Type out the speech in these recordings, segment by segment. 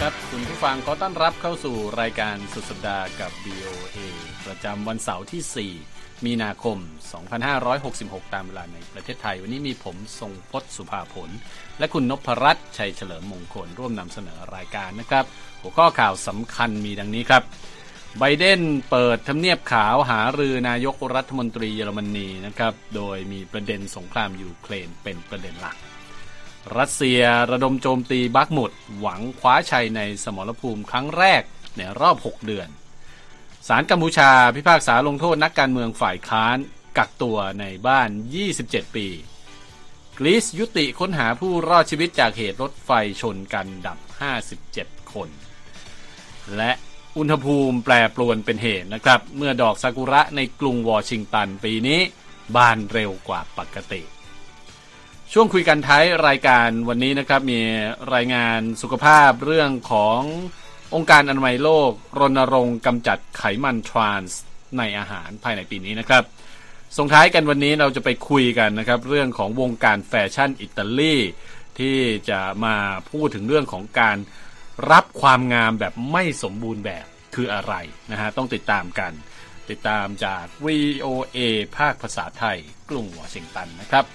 ครับคุณผู้ฟังขอต้อนรับเข้าสู่รายการสุดสัปดาห์กับ VOA ประจำวันเสาร์ที่4มีนาคม2566ตามเวลาในประเทศไทยวันนี้มีผมทรงพจน์สุภาผลและคุณนพรัตน์ชัยเฉลิมมงคลร่วมนำเสนอรายการนะครับหัวข้อข่าวสำคัญมีดังนี้ครับไบเดนเปิดทำเนียบขาวหารือนายกรัฐมนตรีเยอรมนีนะครับโดยมีประเด็นสงครามยูเครนเป็นประเด็นหลักรัสเซียระดมโจมตีบักมุดหวังคว้าชัยในสมรภูมิครั้งแรกในรอบ6เดือนศาลกัมพูชาพิพากษาลงโทษนักการเมืองฝ่ายค้านกักตัวในบ้าน27ปีกรีซยุติค้นหาผู้รอดชีวิตจากเหตุรถไฟชนกันดับ57คนและอุณหภูมิแปรปรวนเป็นเหตุนะครับเมื่อดอกซากุระในกรุงวอชิงตันปีนี้บานเร็วกว่าปกติช่วงคุยกันท้ายรายการวันนี้นะครับมีรายงานสุขภาพเรื่องขององค์การอนามัยโลกรณรงค์กำจัดไขมันทรานส์ในอาหารภายในปีนี้นะครับส่งท้ายกันวันนี้เราจะไปคุยกันนะครับเรื่องของวงการแฟชั่นอิตาลีที่จะมาพูดถึงเรื่องของการรับความงามแบบไม่สมบูรณ์แบบคืออะไรนะฮะต้องติดตามกันติดตามจาก VOA ภาคภาษาไทยกรุงวอชิงตันนะครับ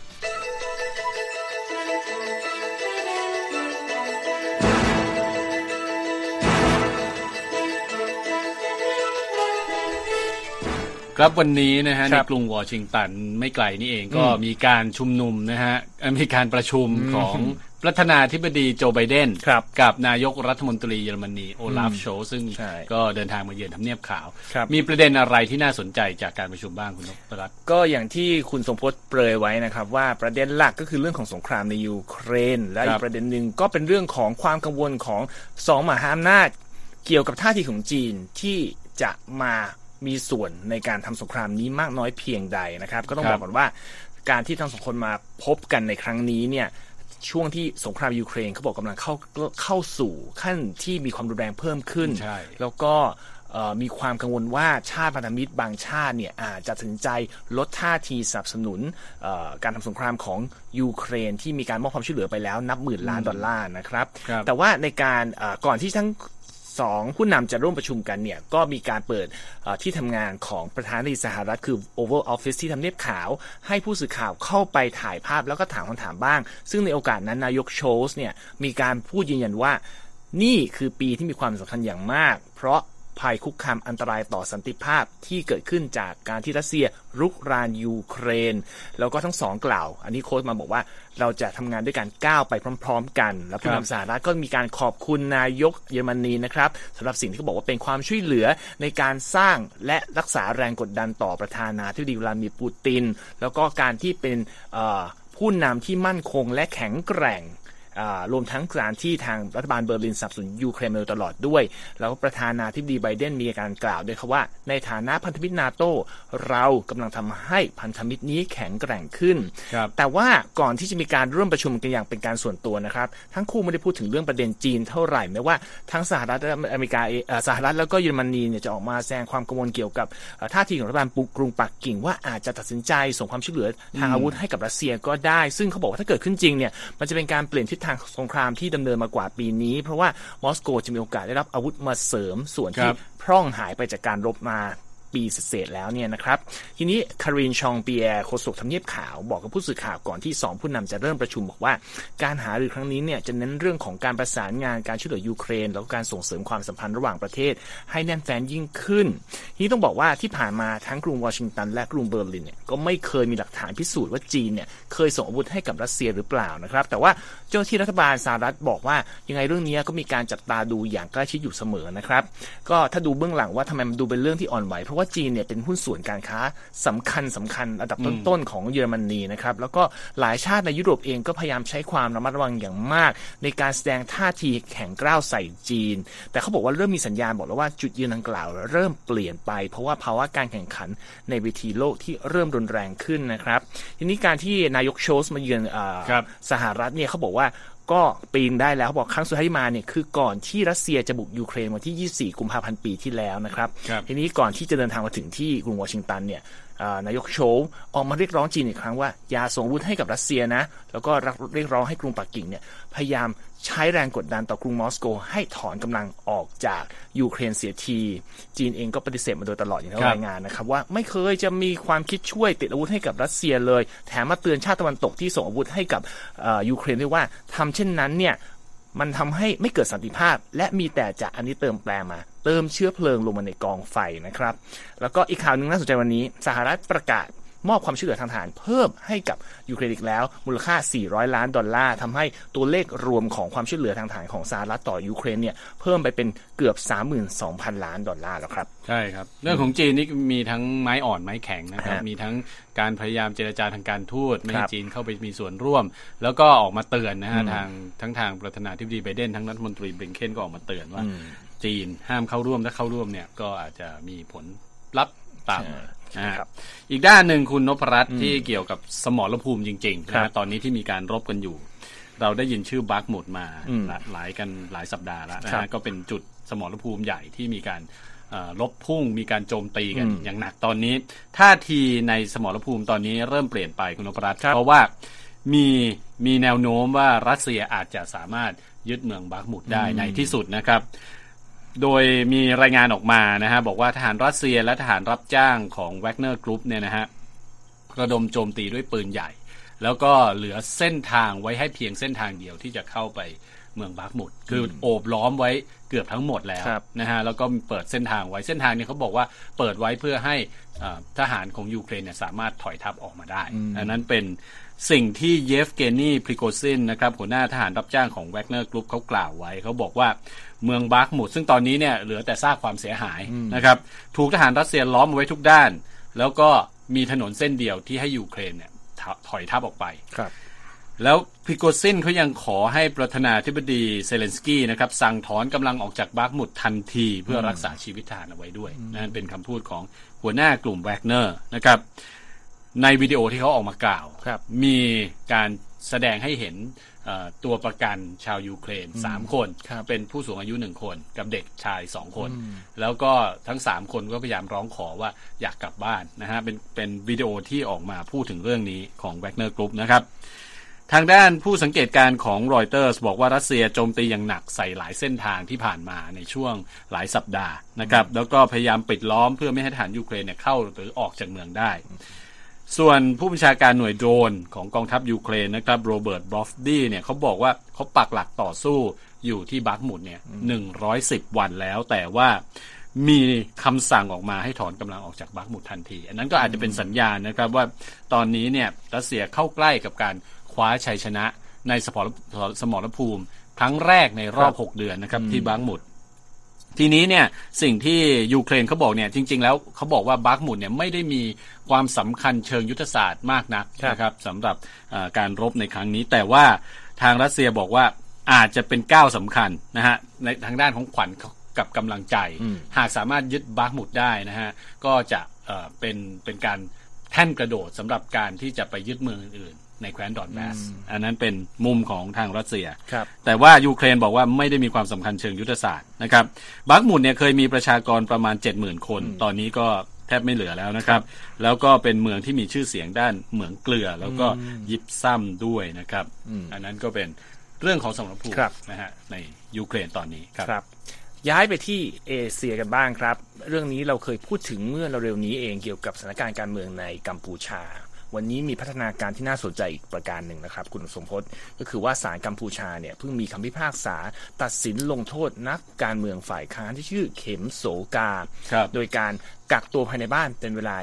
ครับวันนี้นะฮะในกรุงวอชิงตันไม่ไกลนี่เองก็มีการชุมนุมนะฮะมีการประชุมของประธานาธิบดีโจไบเดนกับนายกรัฐมนตรีเยอรมนีโอลาฟโชลซ์ซึ่งก็เดินทางมาเยือนทำเนียบขาวมีประเด็นอะไรที่น่าสนใจจากการประชุมบ้างคุณนพรัตน์ก็อย่างที่คุณทรงพจน์เปรยไว้นะครับว่าประเด็นหลักก็คือเรื่องของสงครามในยูเครนและอีกประเด็นหนึ่งก็เป็นเรื่องของความกังวลของ2 มหาอำนาจเกี่ยวกับท่าทีของจีนที่จะมามีส่วนในการทำสงครามนี้มากน้อยเพียงใดนะครับก็ต้องบอกก่อนว่าการที่ทั้งสองคนมาพบกันในครั้งนี้เนี่ยช่วงที่สงครามยูเครนเขาบอกกำลังเข้าสู่ขั้นที่มีความรุนแรงเพิ่มขึ้นแล้วก็มีความกังวลว่าชาติพันธมิตรบางชาติเนี่ยอาจจะตัดสินใจลดท่าทีสนับสนุนการทำสงครามของยูเครนที่มีการมอบความช่วยเหลือไปแล้วนับหมื่นล้านดอลลาร์นะครับแต่ว่าในการก่อนที่ทั้ง2ผู้นำจะร่วมประชุมกันเนี่ยก็มีการเปิดที่ทำงานของประธานาธิบดีสหรัฐคือ Oval Office ที่ทำเนียบขาวให้ผู้สื่อข่าวเข้าไปถ่ายภาพแล้วก็ถามคำถามบ้างซึ่งในโอกาสนั้นนายกโชลส์เนี่ยมีการพูดยืนยันว่านี่คือปีที่มีความสำคัญอย่างมากเพราะภัยคุกคามอันตรายต่อสันติภาพที่เกิดขึ้นจากการที่รัสเซียรุกรานยูเครนแล้วก็ทั้งสองกล่าวอันนี้โค้ชมาบอกว่าเราจะทำงานด้วยกันก้าวไปพร้อมๆกันแล้วผู้นำสหรัฐก็มีการขอบคุณนายกเยอรมนีนะครับสำหรับสิ่งที่เขาบอกว่าเป็นความช่วยเหลือในการสร้างและรักษาแรงกดดันต่อประธานาธิบดีวลาดิเมียร์ปูตินแล้วก็การที่เป็นผู้นำที่มั่นคงและแข็งแกร่งรวมทั้งการที่ทางรัฐบาลเบอร์ลินสนับสนุนยูเครนมาโดยตลอดด้วยแล้วประธานาธิบดีไบเดนมีการกล่าวด้วยครับว่าในฐานะพันธมิตรนาโต้เรากำลังทำให้พันธมิตรนี้แข็งแกร่งขึ้นแต่ว่าก่อนที่จะมีการร่วมประชุมกันอย่างเป็นการส่วนตัวนะครับทั้งคู่ไม่ได้พูดถึงเรื่องประเด็นจีนเท่าไหร่แม้ว่าทั้งสหรัฐและอเมริกาสหรัฐแล้วก็เยอรมนีเนี่ยจะออกมาแสดงความกังวลเกี่ยวกับท่าทีของรัฐบาลกรุงปักกิ่งว่าอาจจะตัดสินใจส่งความช่วยเหลือทางอาวุธให้กับรัสเซียก็ได้ซึ่งเขาบอกว่าถ้าเกิดขึ้นจริงเนี่ยมันจะเป็นการเปลี่ยนทิศทางสงครามที่ดำเนินมากว่าปีนี้เพราะว่ามอสโกจะมีโอกาสได้รับอาวุธมาเสริมส่วนที่พร่องหายไปจากการรบมาปีเศษแล้วเนี่ยนะครับทีนี้คารินชองเปียร์โฆษกทำเนียบขาวบอกกับผู้สื่อข่าวก่อนที่2ผู้นำจะเริ่มประชุมบอกว่าการหารือครั้งนี้เนี่ยจะเน้นเรื่องของการประสานงานการช่วยเหลือยูเครนแล้วก็การส่งเสริมความสัมพันธ์ระหว่างประเทศให้แน่นแฟ้นยิ่งขึ้นทีนี้ต้องบอกว่าที่ผ่านมาทั้งกรุงวอชิงตันและกรุงเบอร์ลินเนี่ยก็ไม่เคยมีหลักฐานพิสูจน์ว่าจีนเนี่ยเคยส่งอาวุธให้กับรัสเซียหรือเปล่านะครับแต่ว่าเจ้าที่รัฐบาลสหรัฐบอกว่ายังไงเรื่องนี้ก็มีการจับตาดูอย่างใกล้ชิดอยู่เสมอนะครับก็ถ้าดูเบื้องหลังว่าทำไมมันดูเป็นเรื่องที่อ่อนไหวเพราะว่าจีนเนี่ยเป็นหุ้นส่วนการค้าสำคัญอันดับต้นๆของเยอรมนีนะครับแล้วก็หลายชาติในยุโรปเองก็พยายามใช้ความระมัดระวังอย่างมากในการแสดงท่าทีแข็งกร้าวใส่จีนแต่เขาบอกว่าเริ่มมีสัญญาณบอกแล้วว่าจุดยืนดังกล่าวเริ่มเปลี่ยนไปเพราะว่าภาวะการแข่งขันในเวทีโลกที่เริ่มรุนแรงขึ้นนะครับทีนี้การที่นายกโชลส์มาเยือนสหรัฐเนี่ยเขาบอกว่าก็ปีนได้แล้วเขาบอกครั้งสุดท้ายที่มาเนี่ยคือก่อนที่รัสเซียจะบุกยูเครนวันที่24 กุมภาพันธ์ปีที่แล้วนะครับทีนี้ก่อนที่จะเดินทางมาถึงที่กรุงวอชิงตันเนี่ยนายกโชลออกมาเรียกร้องจีนอีกครั้งว่าอย่าส่งอาวุธให้กับรัสเซียนะแล้วก็เรียกร้องให้กรุงปักกิ่งเนี่ยพยายามใช้แรงกดดันต่อกรุงมอสโกให้ถอนกำลังออกจากยูเครนเสียทีจีนเองก็ปฏิเสธมาโดยตลอดอย่างที่รายงานนะครับว่าไม่เคยจะมีความคิดช่วยติดอาวุธให้กับรัสเซียเลยแถมมาเตือนชาติตะวันตกที่ส่งอาวุธให้กับยูเครนด้วยว่าทำเช่นนั้นเนี่ยมันทำให้ไม่เกิดสันติภาพและมีแต่จะอันนี้เติมแปลมาเติมเชื้อเพลิงลงมาในกองไฟนะครับแล้วก็อีกข่าวนึงน่าสนใจวันนี้สหรัฐประกาศมอบความช่วยเหลือทางทหารเพิ่มให้กับยูเครนอีกแล้วมูลค่า$400 ล้านทำให้ตัวเลขรวมของความช่วยเหลือทางทหารของสหรัฐต่อยูเครนเนี่ยเพิ่มไปเป็นเกือบ$32,000 ล้านแล้วครับใช่ครับเรื่องของจีนนี่มีทั้งไม้อ่อนไม้แข็งนะครับมีทั้งการพยายามเจรจาทางการทูตไม่ให้จีนเข้าไปมีส่วนร่วมแล้วก็ออกมาเตือนนะฮะทางประธานาธิบดีไบเดนทั้งรัฐมนตรีบลิงเคนก็ออกมาเตือนว่าจีนห้ามเข้าร่วมถ้าเข้าร่วมเนี่ยก็อาจจะมีผลลัพธ์ตามอีกด้านหนึ่งคุณนพรัตน์ที่เกี่ยวกับสมรภูมิจริงๆนะตอนนี้ที่มีการรบกันอยู่เราได้ยินชื่อบัคมุดมาหลายสัปดาห์แล้วนะฮะก็เป็นจุดสมรภูมิใหญ่ที่มีการลบพุ่งมีการโจมตีกันอย่างหนักตอนนี้ท่าทีในสมรภูมิตอนนี้เริ่มเปลี่ยนไปคุณนพรัตน์เพราะว่ามีแนวโน้มว่ารัสเซียอาจจะสามารถยึดเมืองบัคมุดได้ในที่สุดนะครับโดยมีรายงานออกมานะฮะบอกว่าทหารรัสเซียและทหารรับจ้างของ Wagner Group เนี่ยนะฮะระดมโจมตีด้วยปืนใหญ่แล้วก็เหลือเส้นทางไว้ให้เพียงเส้นทางเดียวที่จะเข้าไปเมืองบัคมุดคือโอบล้อมไว้เกือบทั้งหมดแล้วนะฮะแล้วก็เปิดเส้นทางไว้เส้นทางนี้เขาบอกว่าเปิดไว้เพื่อให้ทหารของยูเครนเนี่ยสามารถถอยทัพออกมาได้อันนั้นเป็นสิ่งที่เยฟเกนีพริโกซินนะครับหัวหน้าทหารรับจ้างของ Wagner Group เขากล่าวไว้เขาบอกว่าเมืองบัคมุดซึ่งตอนนี้เนี่ยเหลือแต่ซากความเสียหายนะครับถูกทหารรัสเซียล้อมไว้ทุกด้านแล้วก็มีถนนเส้นเดียวที่ให้ยูเครนเนี่ยถอยทัพออกไปแล้วพริโกซินเขายังขอให้ประธานาธิบดีเซเลนสกี้นะครับสั่งถอนกำลังออกจากบัคมุดทันทีเพื่อรักษาชีวิตทหารเอาไว้ด้วยนั่นเป็นคำพูดของหัวหน้ากลุ่ม Wagner นะครับในวิดีโอที่เขาออกมากล่าวมีการแสดงให้เห็นตัวประกันชาวยูเครน3คนเป็นผู้สูงอายุ1คนกับเด็กชาย2คนแล้วก็ทั้ง3คนก็พยายามร้องขอว่าอยากกลับบ้านนะฮะเป็นวิดีโอที่ออกมาพูดถึงเรื่องนี้ของ Wagner Group นะครับทางด้านผู้สังเกตการณ์ของรอยเตอร์สบอกว่ารัสเซียโจมตีอย่างหนักใส่หลายเส้นทางที่ผ่านมาในช่วงหลายสัปดาห์นะครับแล้วก็พยายามปิดล้อมเพื่อไม่ให้ทหารยูเครนเนี่ยเข้าหรือออกจากเมืองได้ส่วนผู้บัญชาการหน่วยโดรนของกองทัพยูเครนนะครับโรเบิร์ตบรอฟดี้เนี่ยเขาบอกว่าเขาปักหลักต่อสู้อยู่ที่บัคมุดเนี่ย110 วันแล้วแต่ว่ามีคำสั่งออกมาให้ถอนกำลังออกจากบัคมุดทันทีอันนั้นก็อาจจะเป็นสัญญาณนะครับว่าตอนนี้เนี่ยรัสเซียเข้าใกล้กับการคว้าชัยชนะในสมรภูมิครั้งแรกในรอบ6 เดือนนะครับที่บัคมุดทีนี้เนี่ยสิ่งที่ยูเครนเขาบอกเนี่ยจริงๆแล้วเขาบอกว่าบัคมุดเนี่ยไม่ได้มีความสำคัญเชิงยุทธศาสตร์มากนักนะครับสำหรับการรบในครั้งนี้แต่ว่าทางรัสเซียบอกว่าอาจจะเป็นก้าวสำคัญนะฮะในทางด้านของขวัญกับกำลังใจหากสามารถยึดบัคมุดได้นะฮะก็จะเป็นการแท่นกระโดดสำหรับการที่จะไปยึดเมืองอื่นในแคว้นดอนแบสอันนั้นเป็นมุมของทางรัสเซียแต่ว่ายูเครนบอกว่าไม่ได้มีความสำคัญเชิงยุทธศาสตร์นะครับบัคมุดเนี่ยเคยมีประชากรประมาณ 70,000 คนตอนนี้ก็แทบไม่เหลือแล้วนะครับแล้วก็เป็นเมืองที่มีชื่อเสียงด้านเหมืองเกลือแล้วก็ยิปซัมด้วยนะครับอันนั้นก็เป็นเรื่องของสมรภูมินะฮะในยูเครนตอนนี้ครับย้ายไปที่เอเชียกันบ้างครับเรื่องนี้เราเคยพูดถึงเมื่อเร็วๆนี้เองเกี่ยวกับสถานการณ์การเมืองในกัมพูชาวันนี้มีพัฒนาการที่น่าสนใจอีกประการหนึ่งนะครับคุณสมพศก็คือว่าศาลกัมพูชาเนี่ยเพิ่งมีคำพิพากษาตัดสินลงโทษนักการเมืองฝ่ายค้านที่ชื่อเข็มโสกาโดยการกักตัวภายในบ้านเป็นเวลา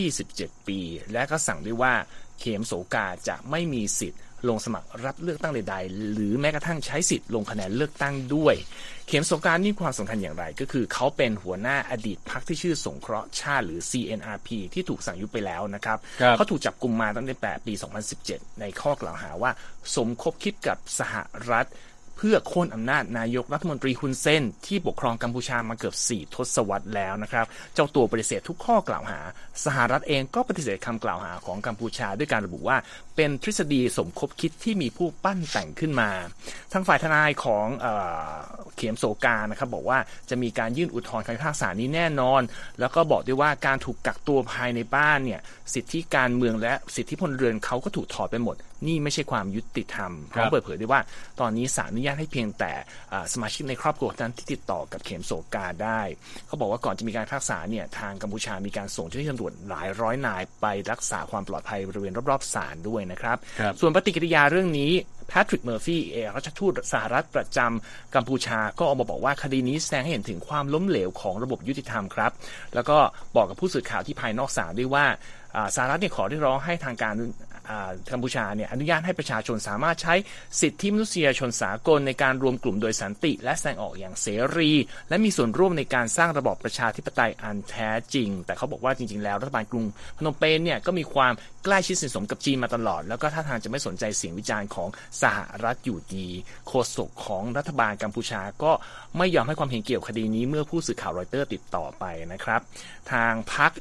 27 ปีและก็สั่งด้วยว่าเข็มโสกาจะไม่มีสิทธิ์ลงสมัครรับเลือกตั้งใดๆหรือแม้กระทั่งใช้สิทธิ์ลงคะแนนเลือกตั้งด้วยเข็มโสกานี่มีความสำคัญอย่างไรก็คือเขาเป็นหัวหน้าอดีตพรรคที่ชื่อสงเคราะห์ชาติหรือ CNRP ที่ถูกสั่งยุบไปแล้วนะครับเขาถูกจับกุมมาตั้งแต่ปี 2017 ในข้อกล่าวหาว่าสมคบคิดกับสหรัฐเพื่อโค่นอำนาจนายกรัฐมนตรีฮุนเซนที่ปกครองกัมพูชามาเกือบ4 ทศวรรษแล้วนะครับเจ้าตัวปฏิเสธทุกข้อกล่าวหาสหรัฐเองก็ปฏิเสธคำกล่าวหาของกัมพูชาด้วยการระบุว่าเป็นทฤษฎีสมคบคิดที่มีผู้ปั้นแต่งขึ้นมาทางฝ่ายทนายของเข็มโสกานะครับบอกว่าจะมีการยื่นอุทธรณ์คำพิพากษานี้แน่นอนแล้วก็บอกด้วยว่าการถูกกักตัวภายในบ้านเนี่ยสิทธิการเมืองและสิทธิพลเรือนเขาก็ถูกถอดไปหมดนี่ไม่ใช่ความยุติธรรมพร้อมเปิดเผยด้วยว่าตอนนี้ศาลอนุญาตให้เพียงแต่สมาชิกในครอบครัวนั้นที่ติดต่อกับเข็มโสกาได้เขาบอกว่าก่อนจะมีการพิพากษาเนี่ยทางกัมพูชามีการส่งเจ้าหน้าที่ตำรวจหลายร้อยนายไปรักษาความปลอดภัยบริเวณรอบๆศาลด้วยนะครับส่วนปฏิกิริยาเรื่องนี้แพทริกเมอร์ฟี่เอกอัครราชทูตสหรัฐประจำกัมพูชาก็ออกมาบอกว่าคดีนี้แสดงให้เห็นถึงความล้มเหลวของระบบยุติธรรมครับแล้วก็บอกกับผู้สื่อข่าวที่ภายนอกศาลด้วยว่าสหรัฐเนี่ยขอเรียกร้องให้ทางการกัมพูชาเนี่ยอนุญาตให้ประชาชนสามารถใช้สิทธิมนุษยชนสากลในการรวมกลุ่มโดยสันติและแสดงออกอย่างเสรีและมีส่วนร่วมในการสร้างระบอบประชาธิปไตยอันแท้จริงแต่เขาบอกว่าจริงๆแล้วรัฐบาลกรุงพนมเปญเนี่ยก็มีความใกล้ชิดสนิทสนมกับจีนมาตลอดแล้วก็ท่าทางจะไม่สนใจเสียงวิจารณ์ของสหรัฐอยู่ดีโฆษกของรัฐบาลกัมพูชาก็ไม่ยอมให้ความเห็นเกี่ยวกับคดีนี้เมื่อผู้สื่อข่าวรอยเตอร์ติดต่อไปนะครับทางพรรค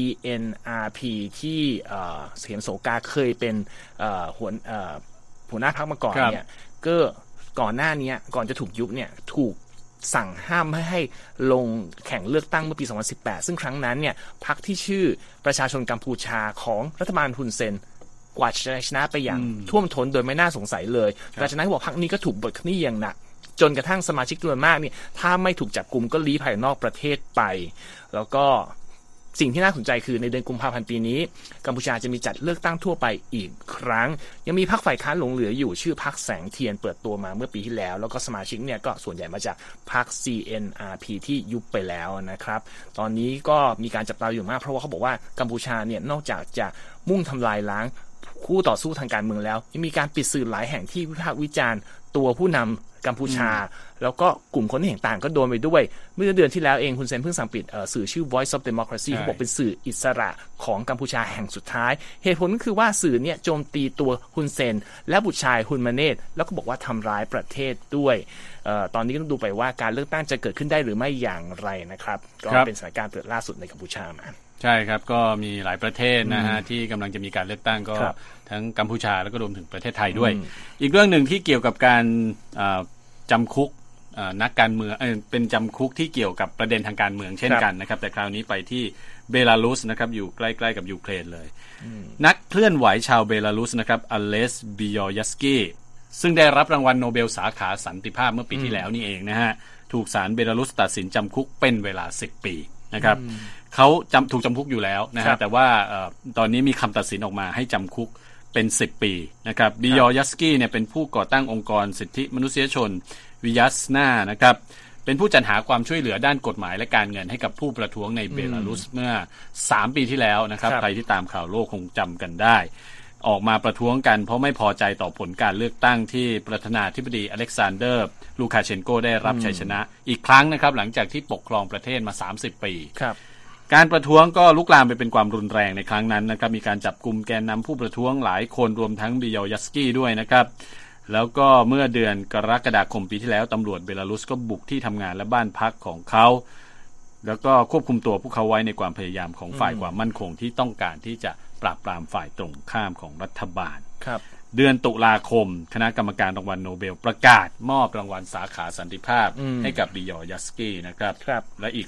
CNRP ที่เข็มโสกาเคยเป็นหัวหน้าพรรคมาก่อนเนี่ยก็ก่อนหน้านี้ก่อนจะถูกยุบเนี่ยถูกสั่งห้ามไม่ให้ลงแข่งเลือกตั้งเมื่อปี 2018 ซึ่งครั้งนั้นเนี่ยพรรคที่ชื่อประชาชนกัมพูชาของรัฐบาลฮุนเซนกวาดชนะไปอย่างท่วมท้นโดยไม่น่าสงสัยเลยแต่จากนั้นบอกพรรคนี้ก็ถูกบทขยี้อย่างหนักจนกระทั่งสมาชิกจำนวนมากเนี่ยถ้าไม่ถูกจับกุมก็ลี้ภัยนอกประเทศไปแล้วก็สิ่งที่น่าสนใจคือในเดือนกุมภาพันธ์ปีนี้กัมพูชาจะมีจัดเลือกตั้งทั่วไปอีกครั้งยังมีพรรคฝ่ายค้านหลงเหลืออยู่ชื่อพรรคแสงเทียนเปิดตัวมาเมื่อปีที่แล้วแล้วก็สมาชิกเนี่ยก็ส่วนใหญ่มาจากพรรค CNRP ที่ยุบไปแล้วนะครับตอนนี้ก็มีการจับตาอยู่มากเพราะว่าเขาบอกว่ากัมพูชาเนี่ยนอกจากจะมุ่งทำลายล้างคู่ต่อสู้ทางการเมืองแล้วยังมีการปิดสื่อหลายแห่งที่วิพากษ์วิจารณ์ตัวผู้นำกัมพูชาแล้วก็กลุ่มคนที่เห็นต่างก็โดนไปด้วยเมื่อเดือนที่แล้วเองคุณเซนเพิ่งสั่งปิดสื่อชื่อ Voice of Democracy เขาบอกเป็นสื่ออิสระของกัมพูชาแห่งสุดท้ายเหตุผลก็คือว่าสื่อเนี่ยโจมตีตัวฮุนเซนและบุตรชายฮุนมาเนตแล้วก็บอกว่าทำร้ายประเทศด้วยตอนนี้ต้องดูไปว่าการเลือกตั้งจะเกิดขึ้นได้หรือไม่อย่างไรนะครับก็เป็นสถานการณ์เปิดล่าสุดในกัมพูชามาใช่ครับก็มีหลายประเทศนะฮะที่กำลังจะมีการเลือกตั้งก็ทั้งกัมพูชาแล้วก็รวมถึงประเทศไทยด้วยอีกเรื่องหนึ่งที่เกี่ยวกับการจำคุกนักการเมืองเป็นจำคุกที่เกี่ยวกับประเด็นทางการเมืองเช่นกันนะครับแต่คราวนี้ไปที่เบลารุสนะครับอยู่ใกล้ๆกับยูเครนเลยนักเคลื่อนไหวชาวเบลารุสนะครับอเลสบิยอยัสกี้ซึ่งได้รับรางวัลโนเบลสาขาสันติภาพเมื่อปีที่แล้วนี่เองนะฮะถูกศาลเบลารุสตัดสินจำคุกเป็นเวลา10 ปีนะครับเขาถูกจำคุกอยู่แล้วนะฮะแต่ว่าตอนนี้มีคำตัดสินออกมาให้จำคุกเป็น10 ปีนะครับบิยอยัสกี้เนี่ยเป็นผู้ก่อตั้งองค์กรสิทธิมนุษยชนวิยัสนานะครับเป็นผู้จัดหาความช่วยเหลือด้านกฎหมายและการเงินให้กับผู้ประท้วงในเบลารุสเมื่อ3 ปีที่แล้วนะครับใครที่ตามข่าวโลกคงจำกันได้ออกมาประท้วงกันเพราะไม่พอใจต่อผลการเลือกตั้งที่ประธานาธิบดีอเล็กซานเดอร์ลูคาเชนโกได้รับชัยชนะอีกครั้งนะครับหลังจากที่ปกครองประเทศมา30 ปีการประท้วงก็ลุกลามไปเป็นความรุนแรงในครั้งนั้นนะครับมีการจับกุมแกนนำผู้ประท้วงหลายคนรวมทั้งบิยอยัสกี้ด้วยนะครับแล้วก็เมื่อเดือนกรกฎาคมปีที่แล้วตำรวจเบลารุสก็บุกที่ทำงานและบ้านพักของเขาแล้วก็ควบคุมตัวพวกเขาไว้ในความพยายามของฝ่ายความมั่นคงที่ต้องการที่จะปราบปรามฝ่ายตรงข้ามของรัฐบาลเดือนตุลาคมคณะกรรมการรางวัลโนเบลประกาศมอบรางวัลสาขาสันติภาพให้กับบิยอยัสกี้นะครับและอีก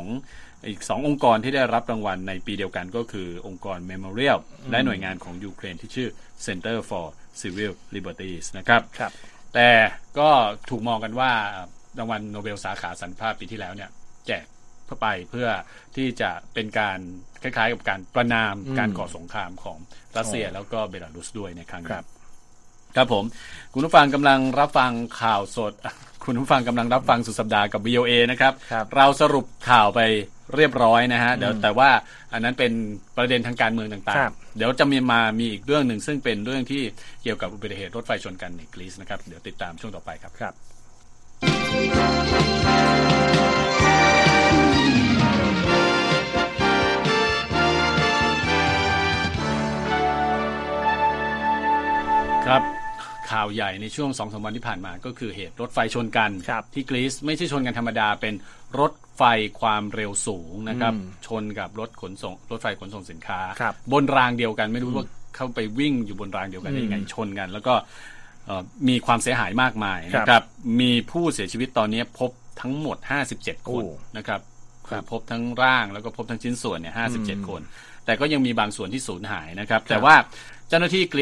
2องค์กรที่ได้รับรางวัลในปีเดียวกันก็คือองค์กร Memorial และหน่วยงานของยูเครนที่ชื่อ Center for Civil Liberties นะครับแต่ก็ถูกมองกันว่ารางวัลโนเบลสาขาสันติภาพปีที่แล้วเนี่ยแจกเข้าไปเพื่อที่จะเป็นการคล้ายๆกับการประณามการก่อสงครามของรัสเซียแล้วก็เบลารุสด้วยในครั้งนี้ครับผมคุณผู้ฟังกำลังรับฟังข่าวสดคุณผู้ฟังกำลังรับฟังสุดสัปดาห์กับ VOA นะครับเราสรุปข่าวไปเรียบร้อยนะฮะเดี๋ยวแต่ว่าอันนั้นเป็นประเด็นทางการเมืองต่างๆเดี๋ยวจะมีอีกเรื่องหนึ่งซึ่งเป็นเรื่องที่เกี่ยวกับอุบัติเหตุรถไฟชนกันในกรีซนะครับเดี๋ยวติดตามช่วงต่อไปครับครับข่าวใหญ่ในช่วง 2-3 วันที่ผ่านมาก็คือเหตุรถไฟชนกันที่กรีซไม่ใช่ชนกันธรรมดาเป็นรถไฟความเร็วสูงนะครับชนกับรถไฟขนส่งสินค้าบนรางเดียวกันไม่รู้ว่าเข้าไปวิ่งอยู่บนรางเดียวกันได้ยังไงชนกันแล้วก็มีความเสียหายมากมายนะครับมีผู้เสียชีวิตตอนนี้พบทั้งหมด57 คนนะครับพบทั้งร่างแล้วก็พบทั้งชิ้นส่วนเนี่ย57 คนแต่ก็ยังมีบางส่วนที่สูญหายนะครับแต่ว่าเจ้าหน้าที่กรีซ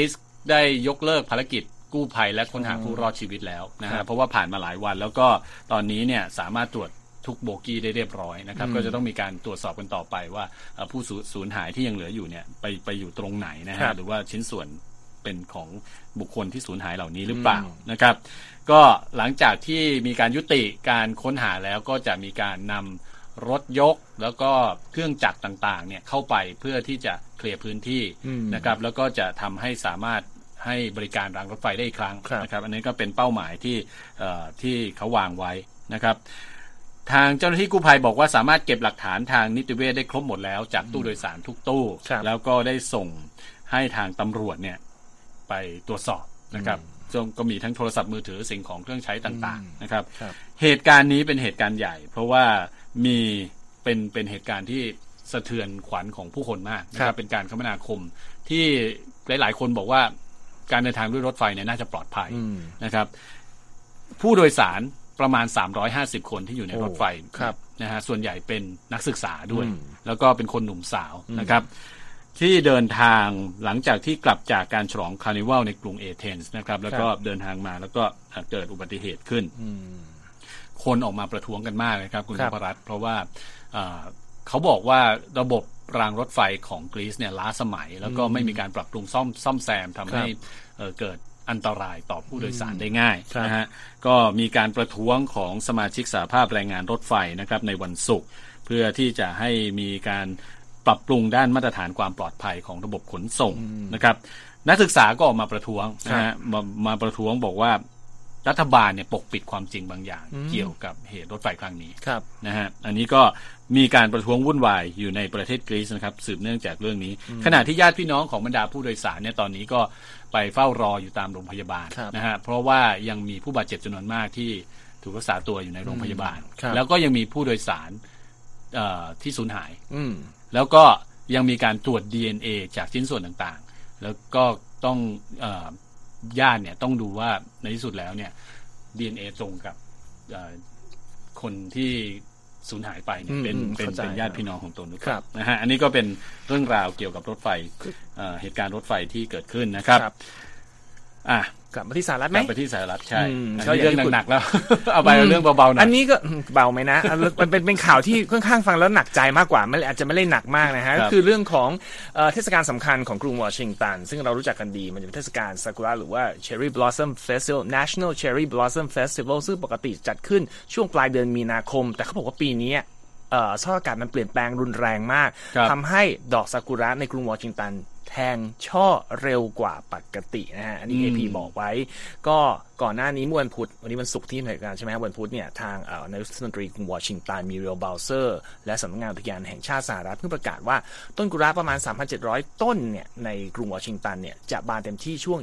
ได้ยกเลิกภารกิจกู้ภัยและค้นหาผู้รอดชีวิตแล้วนะฮะเพราะว่าผ่านมาหลายวันแล้วก็ตอนนี้เนี่ยสามารถตรวจทุกโบกี้ได้เรียบร้อยนะครับก็จะต้องมีการตรวจสอบกันต่อไปว่าผู้สูญหายที่ยังเหลืออยู่เนี่ยไปอยู่ตรงไหนนะฮะหรือว่าชิ้นส่วนเป็นของบุคคลที่สูญหายเหล่านี้หรือเปล่านะครับก็หลังจากที่มีการยุติการค้นหาแล้วก็จะมีการนำรถยกแล้วก็เครื่องจักรต่างๆเนี่ยเข้าไปเพื่อที่จะเคลียร์พื้นที่นะครับแล้วก็จะทำให้สามารถให้บริการรางรถไฟได้อีกครั้งนะครับอันนี้ก็เป็นเป้าหมายที่เขาวางไว้นะครับทางเจ้าหน้าที่กู้ภัยบอกว่าสามารถเก็บหลักฐานทางนิติเวชได้ครบหมดแล้วจากตู้โดยสารทุกตู้แล้วก็ได้ส่งให้ทางตำรวจเนี่ยไปตรวจสอบนะครับก็มีทั้งโทรศัพท์มือถือสิ่งของเครื่องใช้ต่างๆนะครับเหตุการณ์นี้เป็นเหตุการณ์ใหญ่เพราะว่ามีเป็นเหตุการณ์ที่สะเทือนขวัญของผู้คนมากนะครับเป็นการคมนาคมที่หลายๆคนบอกว่าการเดินทางด้วยรถไฟเนี่ยน่าจะปลอดภัยนะครับผู้โดยสารประมาณ350คนที่อยู่ในรถไฟนะฮะส่วนใหญ่เป็นนักศึกษาด้วยแล้วก็เป็นคนหนุ่มสาวนะครับที่เดินทางหลังจากที่กลับจากการฉลองคาร์นิวัลในกรุงเอเธนส์นะครับแล้วก็เดินทางมาแล้วก็เกิดอุบัติเหตุขึ้นคนออกมาประท้วงกันมากเลยครับคุณนพรัตน์เพราะว่าเขาบอกว่าระบบรางรถไฟของกรีซเนี่ยล้าสมัยแล้วก็ไม่มีการปรับปรุงซ่อมแซมทำให้เกิดอันตรายต่อผู้โดยสารได้ง่ายนะฮะก็มีการประท้วงของสมาชิกสหภาพแรงงานรถไฟนะครับในวันศุกร์เพื่อที่จะให้มีการปรับปรุงด้านมาตรฐานความปลอดภัยของระบบขนส่งนะครับนักศึกษาก็ออกมาประท้วงนะฮะมาประท้วงบอกว่ารัฐบาลเนี่ยปกปิดความจริงบางอย่างเกี่ยวกับเหตุรถไฟครั้งนี้นะฮะอันนี้ก็มีการประท้วงวุ่นวายอยู่ในประเทศกรีซนะครับสืบเนื่องจากเรื่องนี้ขณะที่ญาติพี่น้องของบรรดาผู้โดยสารเนี่ยตอนนี้ก็ไปเฝ้ารออยู่ตามโรงพยาบาลนะฮะเพราะว่ายังมีผู้บาดเจ็บจำนวนมากที่ถูกรักษาตัวอยู่ในโรงพยาบาลแล้วก็ยังมีผู้โดยสารที่สูญหายแล้วก็ยังมีการตรวจ DNA จากชิ้นส่วนต่างๆแล้วก็ต้องญาติเนี่ยต้องดูว่าในที่สุดแล้วเนี่ย DNA ตรงกับคนที่สูญหายไปเนี่ยเป็นญาติพี่น้องของตนหรือเปล่านะฮะอันนี้ก็เป็นเรื่องราวเกี่ยวกับรถไฟเหตุการณ์รถไฟที่เกิดขึ้นนะครับกลับมาที่สหรัฐไหมกลับไปที่สหรัฐใช่เรื่องหนักๆแล้ว เอาไปเรื่องเบาๆหน่อยอันนี้ก็เบาไหมนะมันเป็นข่าวที่ค่อนข้างฟังแล้วหนักใจมากกว่าไม่อาจจะไม่ได้หนักมากนะฮะก็คือเรื่องของเทศกาลสำคัญของกรุงวอชิงตันซึ่งเรารู้จักกันดีมันจะเป็นเทศกาลซากุระหรือว่า Cherry Blossom Festival National Cherry Blossom Festival ซึ่งปกติจัดขึ้นช่วงปลายเดือนมีนาคมแต่เขาบอกว่าปีนี้สภาพอากาศมันเปลี่ยนแปลงรุนแรงมากทำให้ดอกซากุระในกรุงวอชิงตันแทงช่อเร็วกว่าปกตินะฮะอันนี้ AP บอกไว้ก็ก่อนหน้านี้เมื่อวันพุธวันนี้วันศุกร์ที่เหตุการณ์ใช่ไหมวันพุธเนี่ยทางนายกรัฐมนตรีกรุงวอชิงตันมีเรียลเบลเซอร์และสำนักงานอุทยานแห่งชาติสหรัฐเพิ่งประกาศว่าต้นกุหลาบประมาณ 3,700 ต้นเนี่ยในกรุงวอชิงตันเนี่ยจะบานเต็มที่ช่วง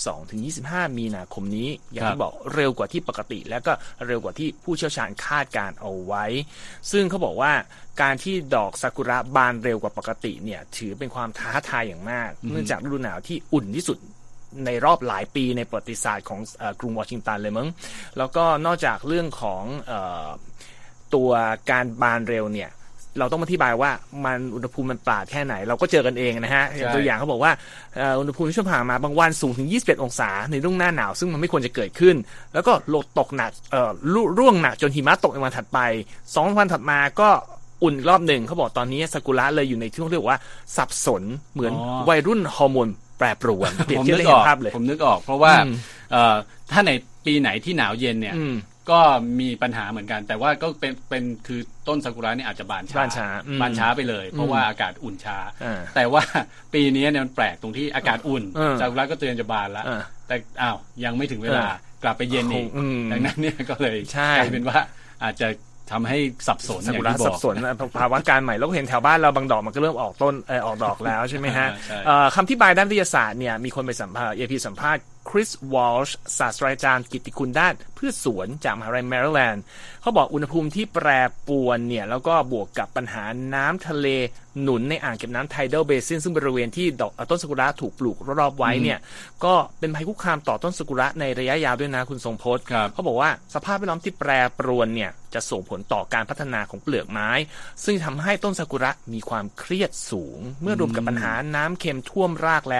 22-25 มีนาคมนี้อย่างที่บอกเร็วกว่าที่ปกติและก็เร็วกว่าที่ผู้เชี่ยวชาญคาดการเอาไว้ซึ่งเขาบอกว่าการที่ดอกซากุระบานเร็วกว่าปกติเนี่ยถือเป็นความท้าทายอย่างมากเนื่องจากฤดูหนาวที่อุ่นที่สุดในรอบหลายปีในประวัติศาสตร์ของกรุงวอชิงตันเลยมั้งแล้วก็นอกจากเรื่องของตัวการบานเร็วเนี่ยเราต้องอธิบายว่ามันอุณหภูมิมันต่างแค่ไหนเราก็เจอกันเองนะฮะตัวอย่างเขาบอกว่าอุณหภูมิที่ช่วงผ่านมาบางวันสูงถึง21องศาในรุ่งหน้าหนาวซึ่งมันไม่ควรจะเกิดขึ้นแล้วก็ตกหนักร่วงหนักจนหิมะตกในวันถัดไป2 วันถัดมาก็อุ่นรอบหนึ่งเขาบอกตอนนี้ซากุระเลยอยู่ในช่วงเรียกว่าสับสนเหมือนวัยรุ่นฮอร์โมนแปรปรวนเปรียบเทียบได้เห็นภาพเลยผมนึกออกเพราะว่าถ้าในปีไหนที่หนาวเย็นเนี่ยก็มีปัญหาเหมือนกันแต่ว่าก็เป็นคือต้นซากุระเนี่ยอาจจะบานช้าไปเลยเพราะว่าอากาศอุ่นช้าแต่ว่าปีนี้เนี่ยมันแปลกตรงที่อากาศอุ่นซากุระก็เตือนจะบานแล้วแต่ยังไม่ถึงเวลากลับไปเย็นอีกดังนั้นเนี่ยก็เลยกลายเป็นว่าอาจจะทำให้สับสนซากุระสับสนภาวะการใหม่แล้วก็เห็นแถวบ้านเราบางดอกมันก็เริ่มออกต้นออกดอกแล้วใช่ไหมฮะคำอธิบายด้านวิทยาศาสตร์เนี่ยมีคนไปสัมภาษณ์ AP สัมภาษณ์คริสวอลช์ศาสตราจารย์กิตติคุณด้านพืชสวนจากมหาวิทยาลัยแมริแลนด์เขาบอกอุณหภูมิที่แปรปรวนเนี่ยแล้วก็บวกกับปัญหาน้ำทะเลหนุนในอ่างเก็บน้ำไทเดลเบซินซึ่งบริเวณที่ต้นซากุระถูกปลูกรอบๆไว้เนี่ยก็เป็นภัยคุกคามต่อต้นซากุระในระยะยาวด้วยนะคุณทรงพจน์เขาบอกว่าสภาพแวดล้อมที่แปรปรวนเนี่ยจะส่งผลต่อการพัฒนาของเปลือกไม้ซึ่งทำให้ต้นซากุระมีความเครียดสูงเมื่อรวมกับปัญหาน้ำเค็มท่วมรากแล้ว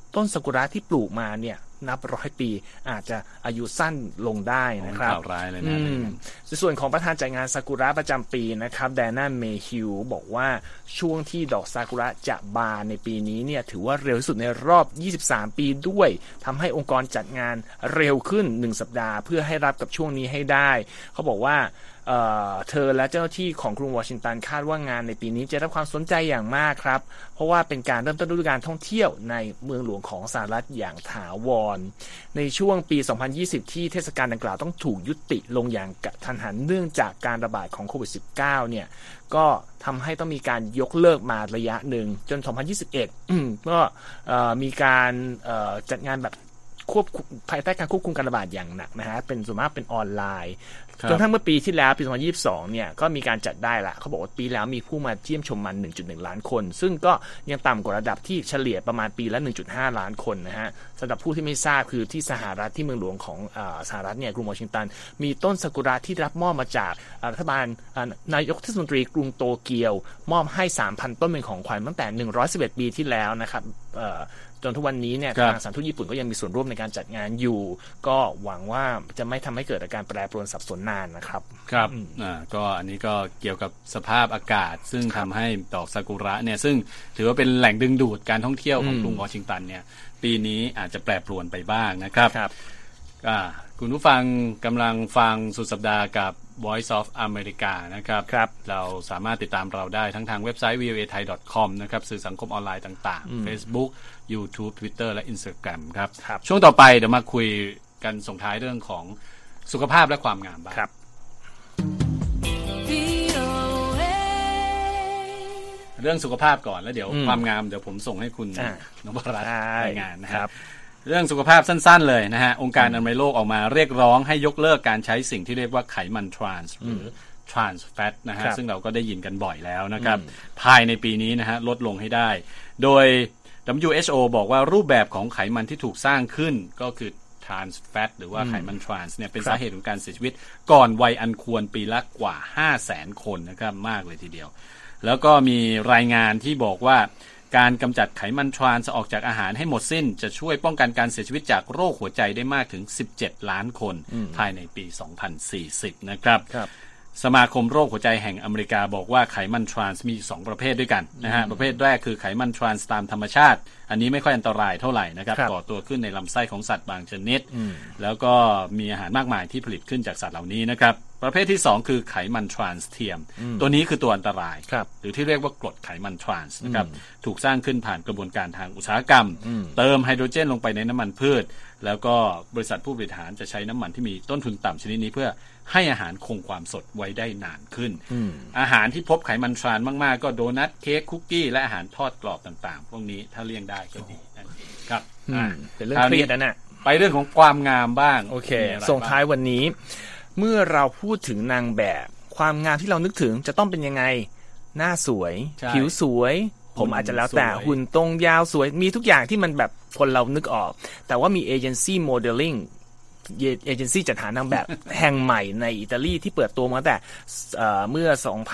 ต้นซากุระที่ปลูกมาเนี่ยนับร้อยปีอาจจะอายุสั้นลงได้นะครับข่าวร้ายเลยนะส่วนของประธานจัดงานซากุระประจำปีนะครับแดน่าเมฮิวบอกว่าช่วงที่ดอกซากุระจะบานในปีนี้เนี่ยถือว่าเร็วที่สุดในรอบ23ปีด้วยทำให้องค์กรจัดงานเร็วขึ้น1สัปดาห์เพื่อให้รับกับช่วงนี้ให้ได้เขาบอกว่าเธอและเจ้าหน้าที่ของกรุงวอชิงตันคาดว่างานในปีนี้จะรับความสนใจอย่างมากครับเพราะว่าเป็นการเริ่มต้นฤดูกาลท่องเที่ยวในเมืองหลวงของสหรัฐอย่างถาวรในช่วงปี 2020 ที่เทศกาลดังกล่าวต้องถูกยุติลงอย่างกระทันหันเนื่องจากการระบาดของโควิด -19 เนี่ยก็ทำให้ต้องมีการยกเลิกมาระยะหนึ่งจน 2021 ก็มีการจัดงานแบบภายใต้การควบคุมการระบาดอย่างหนักนะฮะเป็นส่วนมากเป็นออนไลน์จนทั้งเมื่อปีที่แล้วปี 2022 เนี่ยก็มีการจัดได้ละเขาบอกว่าปีแล้วมีผู้มาเยี่ยมชมมัน 1.1 ล้านคนซึ่งก็ยังต่ำกว่าระดับที่เฉลี่ยประมาณปีละ 1.5 ล้านคนนะฮะสำหรับผู้ที่ไม่ทราบคือที่สหรัฐที่เมืองหลวงของสหรัฐเนี่ยกรุงวอชิงตันมีต้นซากุระที่รับมอบมาจากรัฐบาลนายกเทศมนตรีกรุงโตเกียวมอบให้ 3,000 ต้นเป็นของขวัญตั้งแต่111ปีที่แล้วนะครับจนทุกวันนี้เนี่ยทางสถานทูตญี่ปุ่นก็ยังมีส่วนร่วมในการจัดงานอยู่ก็หวังว่าจะไม่ทำให้เกิดอาการแปรปรวนสับสนนานนะครับครับก็อันนี้ก็เกี่ยวกับสภาพอากาศซึ่งทำให้ดอกซากุระเนี่ยซึ่งถือว่าเป็นแหล่งดึงดูดการท่องเที่ยวของกรุงวอชิงตันเนี่ยปีนี้อาจจะแปรปรวนไปบ้างนะครับคุณผู้ฟังกำลังฟังสุดสัปดาห์กับ Voice of America นะครับเราสามารถติดตามเราได้ทั้งทางเว็บไซต์ voathai.com นะครับสื่อสังคมออนไลน์ต่างๆ Facebook YouTube Twitter และ Instagram ครับช่วงต่อไปเดี๋ยวมาคุยกันส่งท้ายเรื่องของสุขภาพและความงามบ้างเรื่องสุขภาพก่อนแล้วเดี๋ยวความงามเดี๋ยวผมส่งให้คุณนพรัตน์รายงานนะครับเรื่องสุขภาพสั้นๆเลยนะฮะองค์การอนามัยโลกออกมาเรียกร้องให้ยกเลิกการใช้สิ่งที่เรียกว่าไขมันทรานส์หรือ trans fat นะฮะซึ่งเราก็ได้ยินกันบ่อยแล้วนะครับภายในปีนี้นะฮะลดลงให้ได้โดย WHO บอกว่ารูปแบบของไขมันที่ถูกสร้างขึ้นก็คือ trans fat หรือว่าไขมันทรานส์เนี่ยเป็นสาเหตุของการเสียชีวิตก่อนวัยอันควรปีละกว่า 500,000 คนนะครับมากเลยทีเดียวแล้วก็มีรายงานที่บอกว่าการกำจัดไขมันทรานส์ออกจากอาหารให้หมดสิ้นจะช่วยป้องกันการเสียชีวิตจากโรคหัวใจได้มากถึง17ล้านคนภายในปี 2040 นะครับสมาคมโรคหัวใจแห่งอเมริกาบอกว่าไขมันทรานส์มี2ประเภทด้วยกันนะฮะประเภทแรกคือไขมันทรานส์ตามธรรมชาติอันนี้ไม่ค่อยอันตรายเท่าไหร่นะครับก่อตัวขึ้นในลำไส้ของสัตว์บางชนิดแล้วก็มีอาหารมากมายที่ผลิตขึ้นจากสัตว์เหล่านี้นะครับประเภทที่2คือไขมันทรานส์เทียมตัวนี้คือตัวอันตรายหรือที่เรียกว่ากรดไขมันทรานส์นะครับถูกสร้างขึ้นผ่านกระบวนการทางอุตสาหกรรมเติมไฮโดรเจนลงไปในน้ำมันพืชแล้วก็บริษัทผู้บริหารจะใช้น้ำมันที่มีต้นทุนต่ำชนิดนี้เพื่อให้อาหารคงความสดไว้ได้นานขึ้นอาหารที่พบไขมันทรานส์มากๆก็โดนัทเค้กคุกกี้และอาหารทอดกรอบต่างๆพวกนี้ถ้าเลี่ยงได้ก็ดีครับเป็นเรื่องเครียดนะไปเรื่องของความงามบ้างโอเคส่งท้ายวันนี้เมื่อเราพูดถึงนางแบบความงามที่เรานึกถึงจะต้องเป็นยังไงหน้าสวยผิวสวยผมอาจจะแล้วแต่หุ่นตรงยาวสวยมีทุกอย่างที่มันแบบคนเรานึกออกแต่ว่ามีเอเจนซี่โมเดลลิ่งเอเจนซี่จัดหานางแบบแห่งใหม่ในอิตาลีที่เปิดตัวมาตั้งแต่เมื่อ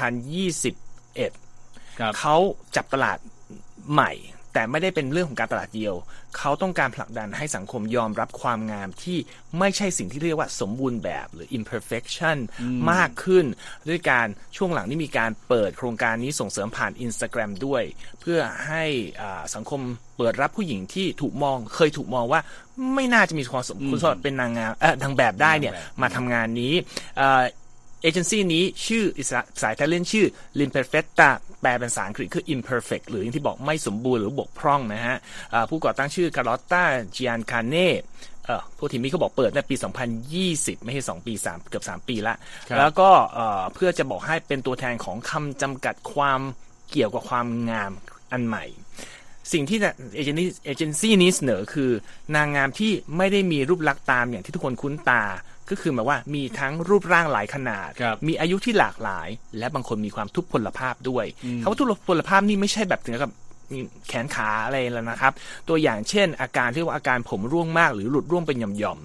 2021 เขาจับตลาดใหม่แต่ไม่ได้เป็นเรื่องของการตลาดเดียวเขาต้องการผลักดันให้สังคมยอมรับความงามที่ไม่ใช่สิ่งที่เรียกว่าสมบูรณ์แบบหรือ imperfection มากขึ้นด้วยการช่วงหลังนี้มีการเปิดโครงการนี้ส่งเสริมผ่าน Instagram ด้วยเพื่อให้สังคมเปิดรับผู้หญิงที่เคยถูกมองว่าไม่น่าจะมีความสมควรเป็นนางแบบได้เนี่ยมาทำงานนี้เอเจนซี่นี้ชื่อสายการเล่นชื่อ L'Imperfetta แปลเป็นภาษาอังกฤษคือ imperfect หรืออย่างที่บอกไม่สมบูรณ์หรือบกพร่องนะฮะผู้ก่อตั้งชื่อ Carlotta Giancane ผู้ทีมนี้เขาบอกเปิดในปี 2020 ไม่ใช่2 ปี3เกือบ3 ปีละแล้วก็เพื่อจะบอกให้เป็นตัวแทนของคำจำกัดความเกี่ยวกับความงามอันใหม่สิ่งที่เอเจนซี่นี้เสนอคือนางงามที่ไม่ได้มีรูปลักษณ์ตามอย่างที่ทุกคนคุ้นตาก็คือหมายว่ามีทั้งรูปร่างหลายขนาดมีอายุที่หลากหลายและบางคนมีความทุพพลภาพด้วยคำว่าทุพพลภาพนี่ไม่ใช่แบบถึงกับแขนขาอะไรแล้วนะครับตัวอย่างเช่นอาการที่ว่าอาการผมร่วงมากหรือหลุดร่วงเป็นหย่อมๆ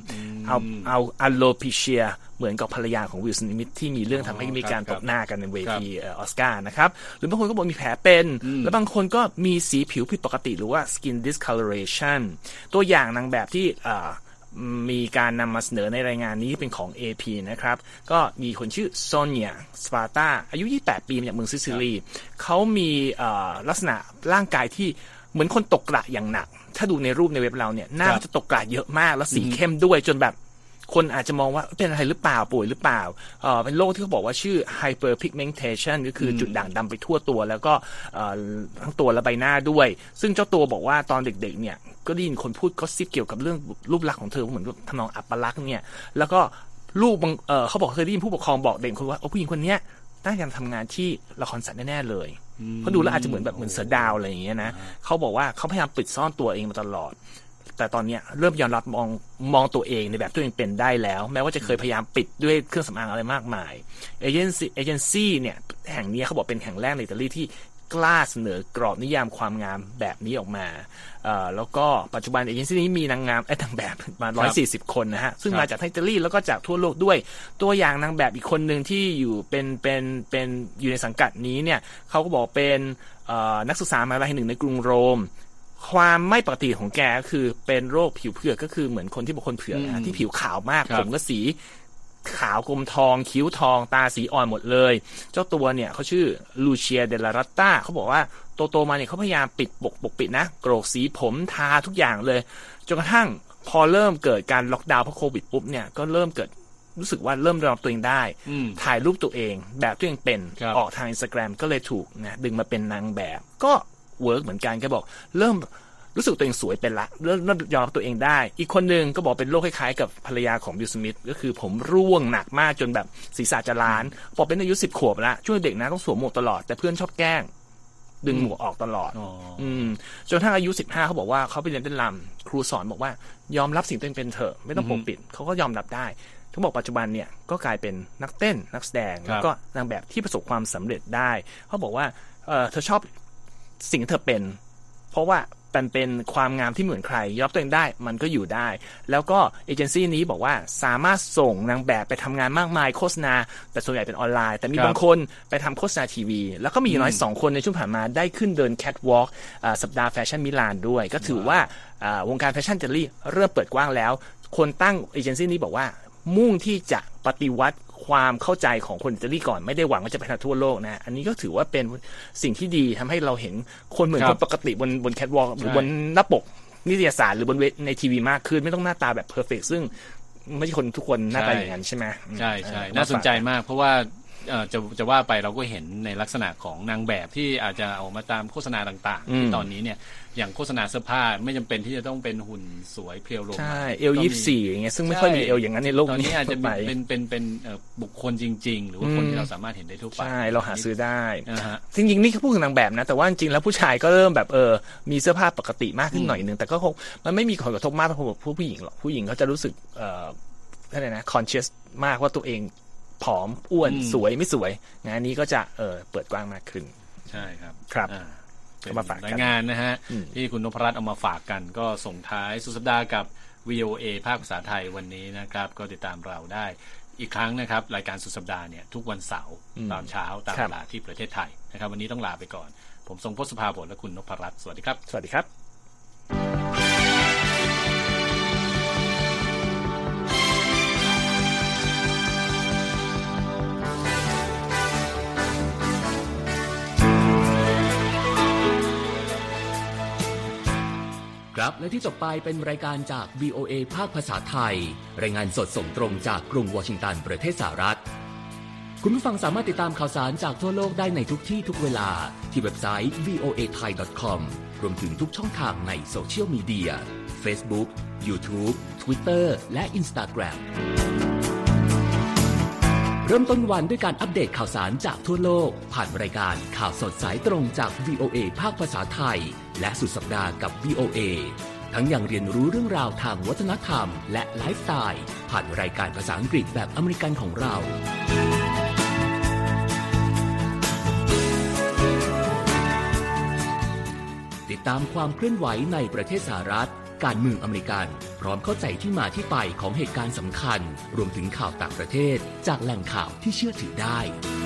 เอาอัลโลพิเชียเหมือนกับภรรยาของวิล สมิธที่มีเรื่องทำให้มีการตบหน้ากันในเวทีออสการ์นะครับหรือบางคนก็บอกมีแผลเป็นแล้วบางคนก็มีสีผิวผิดปกติหรือว่า skin discoloration ตัวอย่างนางแบบที่มีการนำมาเสนอในรายงานนี้เป็นของ AP นะครับก็มีคนชื่อโซเนียสปาร์ตาอายุ28 ปีมาจากเมืองซิซิลีเขามีลักษณะร่างกายที่เหมือนคนตกกระอย่างหนักถ้าดูในรูปในเว็บเราเนี่ยหน้าจะตกกระเยอะมากแล้วสีเข้มด้วยจนแบบคนอาจจะมองว่าเป็นอะไรหรือเปล่าป่วยหรือเปล่าเป็นโรคที่เขาบอกว่าชื่อ hyperpigmentation ก็คือจุดด่างดำไปทั่วตัวแล้วก็ทั้งตัวและใบหน้าด้วยซึ่งเจ้าตัวบอกว่าตอนเด็กๆเนี่ยก็ได้ยินคนพูดก็ซิบเกี่ยวกับเรื่องรูปลักษณ์ของเธอเหมือนทำนองอัปลักษณ์เนี่ยแล้วก็ลูกเขาบอกเคยได้ยินผู้ปกครองบอกเด็กคนว่าผู้หญิงคนนี้น่าจะทำงานที่ละครสัตว์แน่ๆเลยเขาดูแล้วอาจจะเหมือนเสือดาวอะไรอย่างเงี้ยนะเขาบอกว่าเขาพยายามปิดซ่อนตัวเองมาตลอดแต่ตอนนี้เริ่มยอมรับมองตัวเองในแบบตัวเองเป็นได้แล้วแม้ว่าจะเคยพยายามปิดด้วยเครื่องสำอางอะไรมากมายเอเจนซี่เนี่ยแห่งนี้เขาบอกเป็นแห่งแรกในอิตาลีที่กล้าเสนอกรอบนิยามความงามแบบนี้ออกมาแล้วก็ปัจจุบันเอเจนซี่นี้มีนางงามนางแบบมา140 คนนะฮะซึ่งมาจากอิตาลีแล้วก็จากทั่วโลกด้วยตัวอย่างนางแบบอีกคนหนึ่งที่อยู่เป็นอยู่ในสังกัดนี้เนี่ยเขาก็บอกเป็นนักศึกษามหาวิทยาลัยแห่งหนึ่งในกรุงโรมความไม่ปกติของแกก็คือเป็นโรคผิวเผือกก็คือเหมือนคนที่บอกคนเผือกนะที่ผิวขาวมากผมก็สีขาวกลมทองคิ้วทองตาสีอ่อนหมดเลยเจ้าตัวเนี่ยเขาชื่อลูเชียเดลารัตตาเขาบอกว่าโตมาเนี่ยเขาพยายามปิดปกปิดนะโกรกสีผมทาทุกอย่างเลยจนกระทั่งพอเริ่มเกิดการล็อกดาวน์เพราะโควิดปุ๊บเนี่ยก็เริ่มเกิดรู้สึกว่าเริ่มรับตัวเองได้ถ่ายรูปตัวเองแบบตัวเองเป็นออกทาง Instagram ก็เลยถูกนะดึงมาเป็นนางแบบก็เวิร์กเหมือนกันแกบอกเริ่มรู้สึกตัวเองสวยเป็นละเริ่มยอมรับตัวเองได้อีกคนนึงก็บอกเป็นโรคคล้ายๆกับภรรยาของวิล สมิธก็คือผมร่วงหนักมากจนแบบศีรษะจะล้านบอกเป็นอายุ10 ขวบแล้วช่วงเด็กนะต้องสวมหมวกตลอดแต่เพื่อนชอบแกล้งดึงหมวกออกตลอดจนทั้งอายุ15เขาบอกว่าเขาไปเรียนเต้นรำครูสอนบอกว่ายอมรับสิ่งตัวเองเป็นเถอะไม่ต้องปกปิดเขาก็ยอมรับได้เขาบอกปัจจุบันเนี่ยก็กลายเป็นนักเต้นนักแสดงแล้วก็นางแบบที่ประสบความสำเร็จได้เขาบอกว่าเธอชอบสิ่งที่เธอเป็นเพราะว่าเป็นความงามที่เหมือนใครยอมตัวเองได้มันก็อยู่ได้แล้วก็เอเจนซี่นี้บอกว่าสามารถส่งนางแบบไปทำงานมากมายโฆษณาแต่ส่วนใหญ่เป็นออนไลน์แต่มีบางคนไปทำโฆษณาทีวีแล้วก็มีน้อย2 คนในช่วงผ่านมาได้ขึ้นเดินแคทวอล์กสัปดาห์แฟชั่นมิลานด้วยก็ถือว่าวงการแฟชั่นอิตาลีเริ่มเปิดกว้างแล้วคนตั้งเอเจนซี่นี้บอกว่ามุ่งที่จะปฏิวัติความเข้าใจของคนอิตาลีก่อนไม่ได้หวังว่าจะไปทั่วโลกนะอันนี้ก็ถือว่าเป็นสิ่งที่ดีทำให้เราเห็นคนเหมือนคนปกติบนแคทวอล์กหรือบนหน้าปกนิตยสารหรือบนในทีวีมากขึ้นไม่ต้องหน้าตาแบบเพอร์เฟกต์ซึ่งไม่ใช่คนทุกคนหน้าตาอย่างนั้นใช่ไหมใช่ใช่น่าสนใจมากเพราะว่าจะว่าไปเราก็เห็นในลักษณะของนางแบบที่อาจจะออกมาตามโฆษณาต่างๆที่ตอนนี้เนี่ยอย่างโฆษณาเสื้อผ้าไม่จำเป็นที่จะต้องเป็นหุ่นสวยเพรียวลงใช่เอล24อย่างเงี้ยซึ่งไม่ค่อยมีเอลอย่างนั้นในโลกนี้ตอนนี้อาจจะเป็นบุคคลจริงๆหรือว่าคนที่เราสามารถเห็นได้ทั่วไปใช่เราหาซื้อได้จริงๆนี่เขาพูดถึงนางแบบนะแต่ว่าจริงๆแล้วผู้ชายก็เริ่มแบบมีเสื้อผ้าปกติมากขึ้นหน่อยนึงแต่ก็คงมันไม่มีผลกระทบมากกับผู้หญิงหรอกผู้หญิงเขาจะรู้สึกอะไรนะ conscious มากว่าตัวเองผอมอ้วนสวยไม่สวยงานนี้ก็จะเปิดกว้างมากขึ้นใช่ครับครับเป็นรายงานนะฮะที่คุณนพรัตน์เอามาฝากกันก็ส่งท้ายสุดสัปดาห์กับ VOA ภาคภาษาไทยวันนี้นะครับก็ติดตามเราได้อีกครั้งนะครับรายการสุดสัปดาห์เนี่ยทุกวันเสาร์ตอนเช้าตามเวลาที่ประเทศไทยนะครับวันนี้ต้องลาไปก่อนผมทรงพจน์สุภาผลและคุณนพรัตน์สวัสดีครับสวัสดีครับครับและที่จบไปเป็นรายการจาก VOA ภาคภาษาไทยรายงานสดส่งตรงจากกรุงวอชิงตันประเทศสหรัฐคุณผู้ฟังสามารถติดตามข่าวสารจากทั่วโลกได้ในทุกที่ทุกเวลาที่เว็บไซต์ voathai.com รวมถึงทุกช่องทางในโซเชียลมีเดีย Facebook YouTube Twitter และ Instagram เริ่มต้นวันด้วยการอัปเดตข่าวสารจากทั่วโลกผ่านรายการข่าวสดสายตรงจาก VOA ภาคภาษาไทยและสุดสัปดาห์กับ VOA ทั้งยังเรียนรู้เรื่องราวทางวัฒนธรรมและไลฟ์สไตล์ผ่านรายการภาษาอังกฤษแบบอเมริกันของเราติดตามความเคลื่อนไหวในประเทศสหรัฐการเมืองอเมริกันพร้อมเข้าใจที่มาที่ไปของเหตุการณ์สำคัญรวมถึงข่าวต่างประเทศจากแหล่งข่าวที่เชื่อถือได้